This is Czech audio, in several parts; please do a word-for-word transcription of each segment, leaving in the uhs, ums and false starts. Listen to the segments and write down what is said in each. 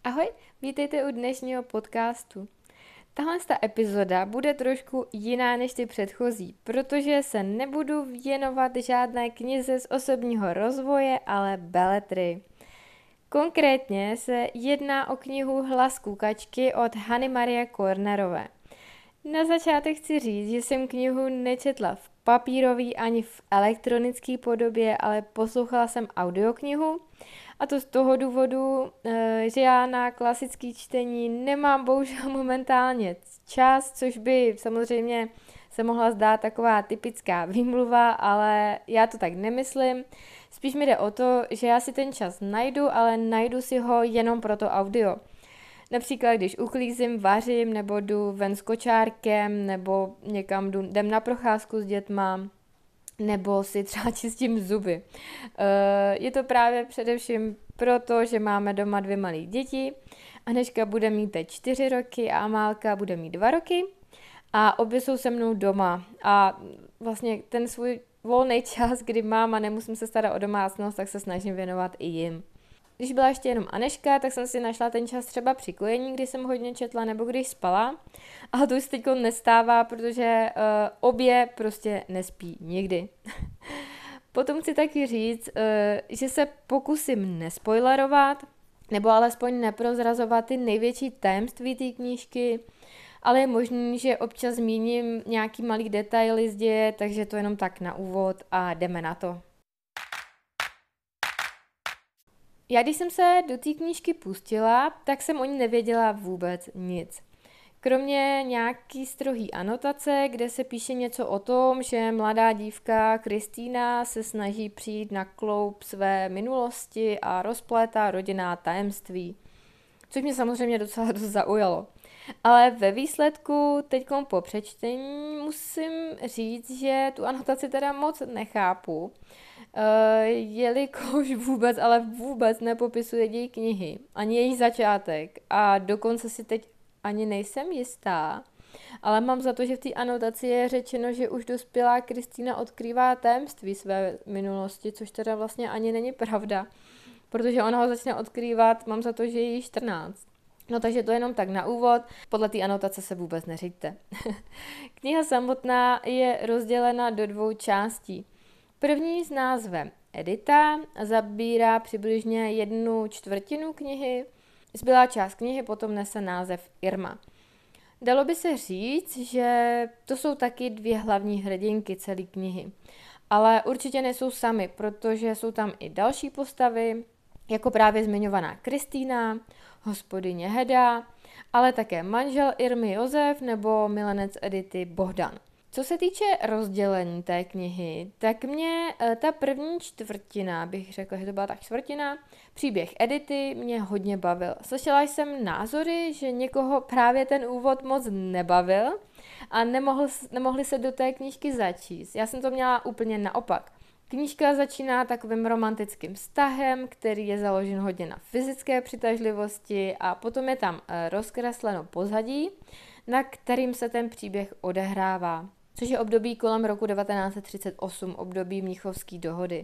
Ahoj, vítejte u dnešního podcastu. Tahle ta epizoda bude trošku jiná než ty předchozí, protože se nebudu věnovat žádné knize z osobního rozvoje, ale beletry. Konkrétně se jedná o knihu Hlas kukačky od Hany Marie Kornerové. Na začátek chci říct, že jsem knihu nečetla v papírové ani v elektronické podobě, ale poslouchala jsem audioknihu. A to z toho důvodu, že já na klasické čtení nemám bohužel momentálně čas, což by samozřejmě se mohla zdát taková typická výmluva, ale já to tak nemyslím. Spíš mi jde o to, že já si ten čas najdu, ale najdu si ho jenom pro to audio. Například, když uklízím, vařím, nebo jdu ven s kočárkem, nebo někam jdu, jdem na procházku s dětma, nebo si třeba čistím zuby. Je to právě především proto, že máme doma dvě malé děti. Anežka bude mít teď čtyři roky a Amálka bude mít dva roky. A obě jsou se mnou doma. A vlastně ten svůj volný čas, kdy mám a nemusím se starat o domácnost, tak se snažím věnovat i jim. Když byla ještě jenom Anežka, tak jsem si našla ten čas třeba při kojení, kdy jsem hodně četla, nebo když spala. Ale to už se teď nestává, protože uh, obě prostě nespí nikdy. Potom chci taky říct, uh, že se pokusím nespoilerovat, nebo alespoň neprozrazovat ty největší tajemství té knížky, ale je možný, že občas zmíním nějaký malý detaily z děje, takže to jenom tak na úvod a jdeme na to. Já když jsem se do té knížky pustila, tak jsem o ní nevěděla vůbec nic. Kromě nějaký strohý anotace, kde se píše něco o tom, že mladá dívka Kristýna se snaží přijít na kloub své minulosti a rozplétá rodinná tajemství. Což mě samozřejmě docela dost zaujalo. Ale ve výsledku, teďkom po přečtení, musím říct, že tu anotaci teda moc nechápu. Uh, jelikož vůbec, ale vůbec nepopisuje děj knihy, ani její začátek a dokonce si teď ani nejsem jistá, ale mám za to, že v té anotaci je řečeno, že už dospělá Kristýna odkrývá tajemství své minulosti, což teda vlastně ani není pravda, protože ona ho začne odkrývat, mám za to, že je jí čtrnáct. No takže to jenom tak na úvod, podle té anotace se vůbec neřiďte. Kniha samotná je rozdělena do dvou částí. První s názvem Edita zabírá přibližně jednu čtvrtinu knihy, zbylá část knihy potom nese název Irma. Dalo by se říct, že to jsou taky dvě hlavní hrdinky celé knihy, ale určitě nejsou sami, protože jsou tam i další postavy, jako právě zmiňovaná Kristýna, hospodyně Heda, ale také manžel Irmy Josef nebo milenec Edity Bohdan. Co se týče rozdělení té knihy, tak mě ta první čtvrtina, bych řekla, že to byla tak čtvrtina, příběh Edity mě hodně bavil. Slyšela jsem názory, že někoho právě ten úvod moc nebavil a nemohl, nemohli se do té knížky začíst. Já jsem to měla úplně naopak. Knížka začíná takovým romantickým vztahem, který je založen hodně na fyzické přitažlivosti a potom je tam rozkresleno pozadí, na kterým se ten příběh odehrává, což je období kolem roku devatenáct set třicet osm, období Mnichovské dohody.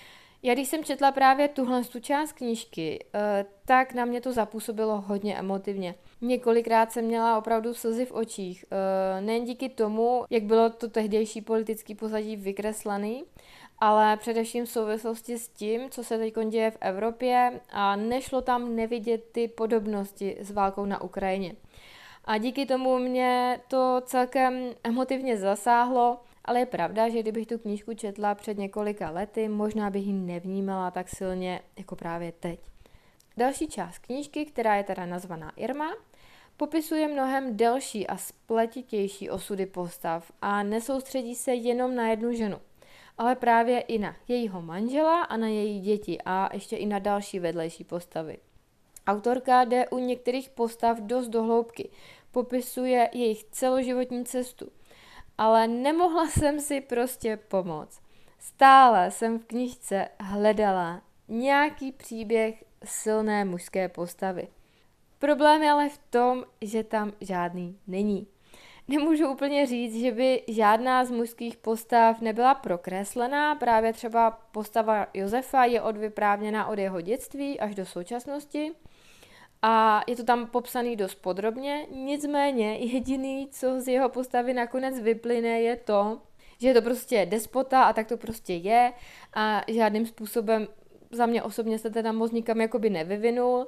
Já když jsem četla právě tuhle tu část knížky, tak na mě to zapůsobilo hodně emotivně. Několikrát jsem měla opravdu slzy v očích, nejen díky tomu, jak bylo to tehdejší politické pozadí vykreslený, ale především v souvislosti s tím, co se teď děje v Evropě a nešlo tam nevidět ty podobnosti s válkou na Ukrajině. A díky tomu mě to celkem emotivně zasáhlo, ale je pravda, že kdybych tu knížku četla před několika lety, možná bych ji nevnímala tak silně jako právě teď. Další část knížky, která je teda nazvaná Irma, popisuje mnohem delší a spletitější osudy postav a nesoustředí se jenom na jednu ženu, ale právě i na jejího manžela a na její děti a ještě i na další vedlejší postavy. Autorka jde u některých postav dost do hloubky, popisuje jejich celoživotní cestu, ale nemohla jsem si prostě pomoct. Stále jsem v knížce hledala nějaký příběh silné mužské postavy. Problém je ale v tom, že tam žádný není. Nemůžu úplně říct, že by žádná z mužských postav nebyla prokreslená, právě třeba postava Josefa je odvyprávěna od jeho dětství až do současnosti, a je to tam popsaný dost podrobně, nicméně jediný, co z jeho postavy nakonec vyplyne, je to, že je to prostě despota a tak to prostě je a žádným způsobem za mě osobně se teda moc nikam jakoby nevyvinul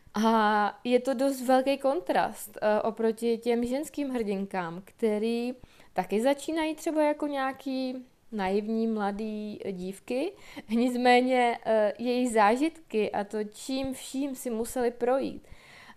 a je to dost velký kontrast uh, oproti těm ženským hrdinkám, který taky začínají třeba jako nějaký naivní mladý dívky, nicméně uh, jejich zážitky a to čím vším si museli projít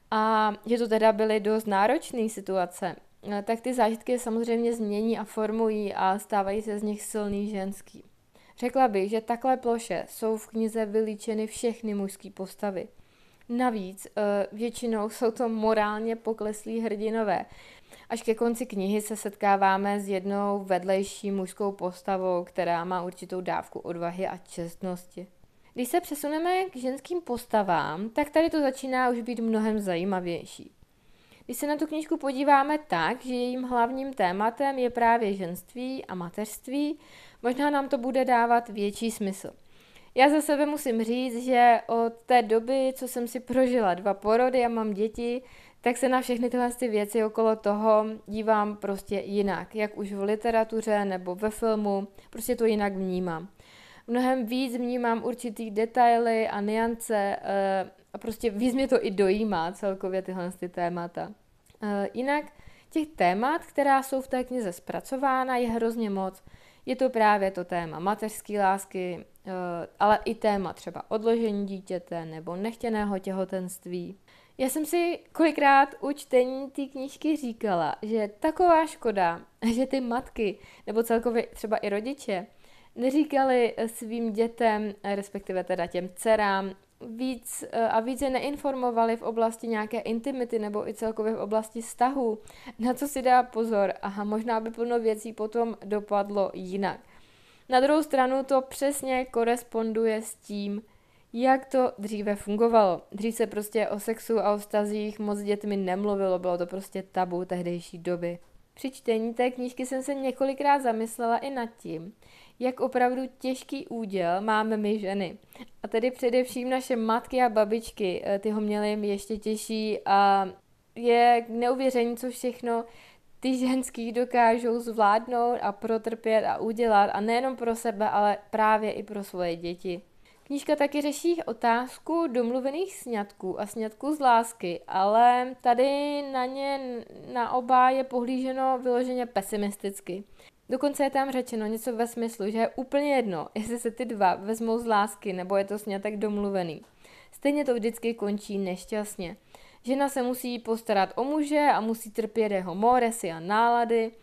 a že to teda byly dost náročné situace, uh, tak ty zážitky samozřejmě změní a formují a stávají se z nich silný ženský. Řekla bych, že takhle ploše jsou v knize vylíčeny všechny mužské postavy. Navíc většinou jsou to morálně pokleslí hrdinové. Až ke konci knihy se setkáváme s jednou vedlejší mužskou postavou, která má určitou dávku odvahy a čestnosti. Když se přesuneme k ženským postavám, tak tady to začíná už být mnohem zajímavější. Když se na tu knížku podíváme tak, že jejím hlavním tématem je právě ženství a mateřství, možná nám to bude dávat větší smysl. Já za sebe musím říct, že od té doby, co jsem si prožila dva porody a mám děti, tak se na všechny tyhle ty věci okolo toho dívám prostě jinak, jak už v literatuře nebo ve filmu, prostě to jinak vnímám. Mnohem víc vnímám určitý detaily a niance a prostě víc mě to i dojímá celkově tyhle ty témata. Jinak těch témat, která jsou v té knize zpracována, je hrozně moc. Je to právě to téma mateřské lásky, ale i téma třeba odložení dítěte nebo nechtěného těhotenství. Já jsem si kolikrát u čtení té knížky říkala, že je taková škoda, že ty matky nebo celkově třeba i rodiče neříkali svým dětem, respektive teda těm dcerám, víc a více neinformovali v oblasti nějaké intimity nebo i celkově v oblasti vztahu, na co si dá pozor. Aha, možná by plno věcí potom dopadlo jinak. Na druhou stranu to přesně koresponduje s tím, jak to dříve fungovalo. Dřív se prostě o sexu a o vztazích moc s dětmi nemluvilo, bylo to prostě tabu tehdejší doby. Při čtení té knížky jsem se několikrát zamyslela i nad tím, jak opravdu těžký úděl máme my ženy. A tedy především naše matky a babičky, ty ho měly ještě těžší a je k neuvěření, co všechno ty ženský dokážou zvládnout a protrpět a udělat a nejenom pro sebe, ale právě i pro svoje děti. Knížka taky řeší otázku domluvených sňatků a sňatků z lásky, ale tady na ně na oba je pohlíženo vyloženě pesimisticky. Dokonce je tam řečeno něco ve smyslu, že je úplně jedno, jestli se ty dva vezmou z lásky nebo je to sňatek domluvený. Stejně to vždycky končí nešťastně. Žena se musí postarat o muže a musí trpět jeho móresy a nálady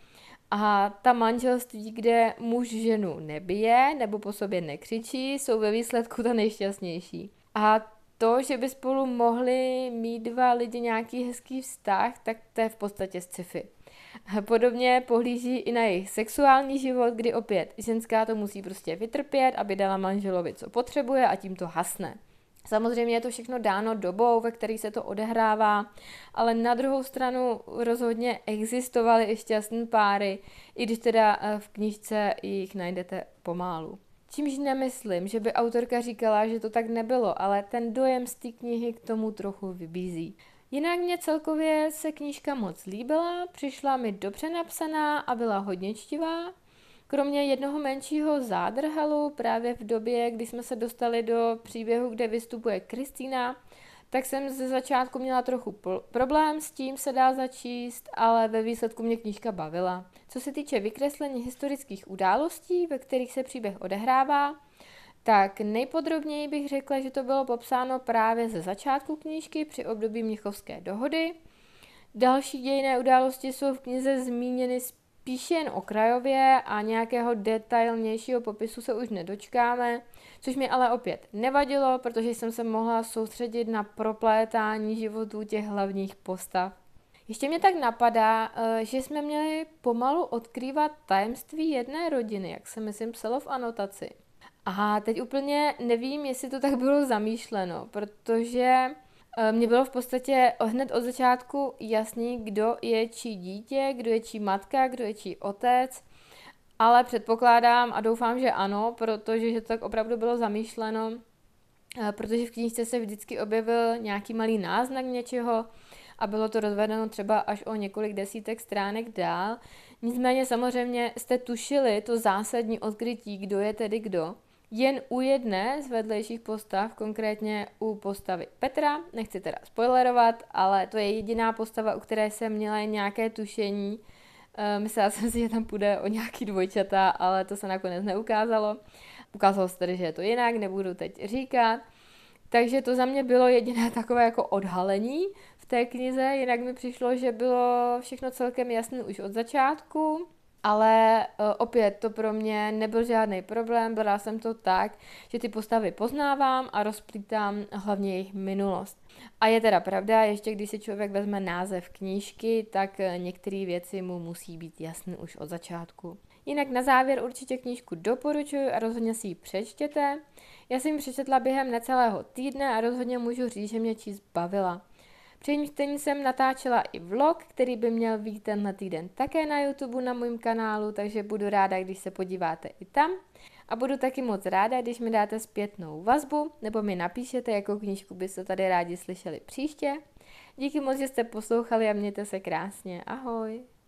a ta manželství, kde muž ženu nebije nebo po sobě nekřičí, jsou ve výsledku ta nejšťastnější. A to, že by spolu mohli mít dva lidi nějaký hezký vztah, tak to je v podstatě sci-fi. Podobně pohlíží i na jejich sexuální život, kdy opět ženská to musí prostě vytrpět, aby dala manželovi, co potřebuje a tím to hasne. Samozřejmě je to všechno dáno dobou, ve které se to odehrává, ale na druhou stranu rozhodně existovaly i šťastné páry, i když teda v knížce jich najdete pomálu. Čímž nemyslím, že by autorka říkala, že to tak nebylo, ale ten dojem z té knihy k tomu trochu vybízí. Jinak mě celkově se knížka moc líbila, přišla mi dobře napsaná a byla hodně čtivá. Kromě jednoho menšího zádrhalu právě v době, kdy jsme se dostali do příběhu, kde vystupuje Kristýna, tak jsem ze začátku měla trochu problém s tím se dá začíst, ale ve výsledku mě knížka bavila. Co se týče vykreslení historických událostí, ve kterých se příběh odehrává, tak nejpodrobněji bych řekla, že to bylo popsáno právě ze začátku knížky při období Mnichovské dohody. Další dějinné události jsou v knize zmíněny spíše jen okrajově a nějakého detailnějšího popisu se už nedočkáme, což mi ale opět nevadilo, protože jsem se mohla soustředit na proplétání životů těch hlavních postav. Ještě mě tak napadá, že jsme měli pomalu odkrývat tajemství jedné rodiny, jak se myslím psalo v anotaci. A teď úplně nevím, jestli to tak bylo zamýšleno, protože mně bylo v podstatě hned od začátku jasný, kdo je čí dítě, kdo je čí matka, kdo je čí otec, ale předpokládám a doufám, že ano, protože že to tak opravdu bylo zamýšleno, protože v knížce se vždycky objevil nějaký malý náznak něčeho a bylo to rozvedeno třeba až o několik desítek stránek dál. Nicméně samozřejmě jste tušili to zásadní odkrytí, kdo je tedy kdo, jen u jedné z vedlejších postav, konkrétně u postavy Petra, nechci teda spoilerovat, ale to je jediná postava, u které jsem měla jen nějaké tušení. Myslela jsem si, že tam půjde o nějaký dvojčata, ale to se nakonec neukázalo. Ukázalo se tedy, že je to jinak, nebudu teď říkat. Takže to za mě bylo jediné takové jako odhalení v té knize, jinak mi přišlo, že bylo všechno celkem jasné už od začátku, ale opět to pro mě nebyl žádný problém, brala jsem to tak, že ty postavy poznávám a rozplítám hlavně jejich minulost. A je teda pravda, ještě když si člověk vezme název knížky, tak některé věci mu musí být jasné už od začátku. Jinak na závěr určitě knížku doporučuji a rozhodně si ji přečtěte. Já jsem ji přečetla během necelého týdne a rozhodně můžu říct, že mě číst bavila. Při jejím čtení jsem natáčela i vlog, který by měl být tenhle týden také na YouTube na mém kanálu, takže budu ráda, když se podíváte i tam. A budu taky moc ráda, když mi dáte zpětnou vazbu, nebo mi napíšete, jakou knížku byste tady rádi slyšeli příště. Díky moc, že jste poslouchali a mějte se krásně. Ahoj!